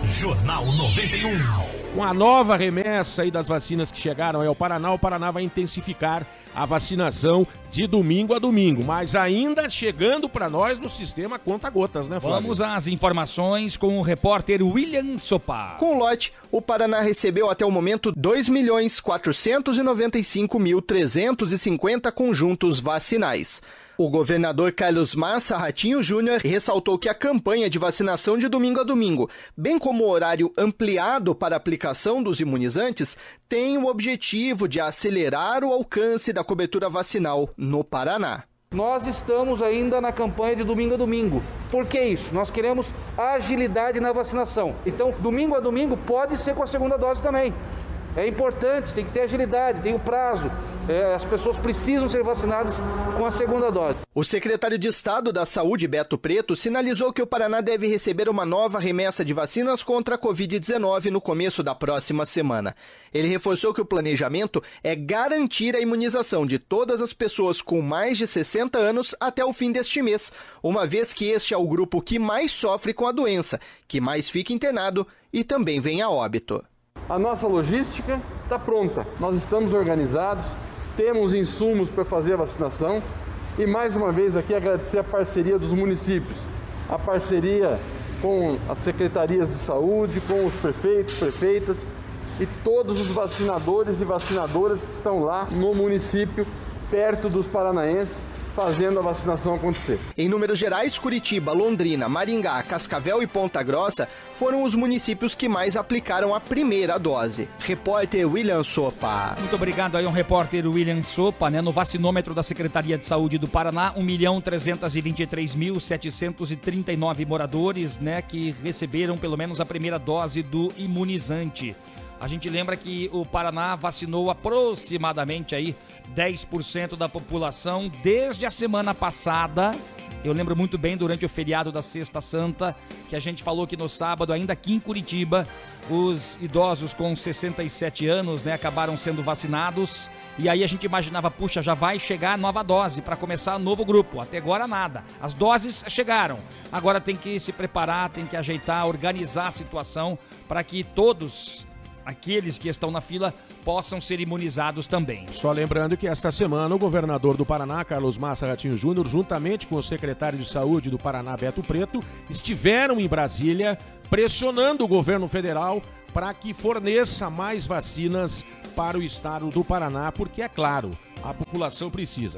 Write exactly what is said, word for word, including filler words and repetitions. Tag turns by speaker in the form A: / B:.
A: Jornal noventa e um.
B: Com a nova remessa aí das vacinas que chegaram ao Paraná, o Paraná vai intensificar a vacinação de domingo a domingo, mas ainda chegando para nós no sistema conta-gotas, né, Flávio?
C: Vamos às informações com o repórter William Sopa.
D: Com o lote, o Paraná recebeu até o momento dois milhões quatrocentos e noventa e cinco mil trezentos e cinquenta conjuntos vacinais. O governador Carlos Massa Ratinho Júnior ressaltou que a campanha de vacinação de domingo a domingo, bem como o horário ampliado para a aplicação dos imunizantes, tem o objetivo de acelerar o alcance da cobertura vacinal no Paraná.
E: Nós estamos ainda na campanha de domingo a domingo. Por que isso? Nós queremos agilidade na vacinação. Então, domingo a domingo pode ser com a segunda dose também. É importante, tem que ter agilidade, tem o prazo. É, as pessoas precisam ser vacinadas com a segunda dose.
D: O secretário de Estado da Saúde, Beto Preto, sinalizou que o Paraná deve receber uma nova remessa de vacinas contra a covid dezenove no começo da próxima semana. Ele reforçou que o planejamento é garantir a imunização de todas as pessoas com mais de sessenta anos até o fim deste mês, uma vez que este é o grupo que mais sofre com a doença, que mais fica internado e também vem a óbito.
F: A nossa logística está pronta, nós estamos organizados, temos insumos para fazer a vacinação e mais uma vez aqui agradecer a parceria dos municípios, a parceria com as secretarias de saúde, com os prefeitos, prefeitas e todos os vacinadores e vacinadoras que estão lá no município, perto dos paranaenses, fazendo a vacinação acontecer.
D: Em números gerais, Curitiba, Londrina, Maringá, Cascavel e Ponta Grossa foram os municípios que mais aplicaram a primeira dose. Repórter William Sopa.
C: Muito obrigado aí, um repórter William Sopa, né? No vacinômetro da Secretaria de Saúde do Paraná, um milhão trezentos e vinte e três mil setecentos e trinta e nove moradores, né, que receberam pelo menos a primeira dose do imunizante. A gente lembra que o Paraná vacinou aproximadamente aí dez por cento da população desde a semana passada. Eu lembro muito bem durante o feriado da Sexta Santa, que a gente falou que no sábado, ainda aqui em Curitiba, os idosos com sessenta e sete anos, né, acabaram sendo vacinados. E aí a gente imaginava, puxa, já vai chegar a nova dose para começar um novo grupo. Até agora nada. As doses chegaram. Agora tem que se preparar, tem que ajeitar, organizar a situação para que todos aqueles que estão na fila possam ser imunizados também.
B: Só lembrando que esta semana o governador do Paraná, Carlos Massa Ratinho Júnior, juntamente com o secretário de Saúde do Paraná, Beto Preto, estiveram em Brasília pressionando o governo federal para que forneça mais vacinas para o estado do Paraná, porque, é claro, a população precisa.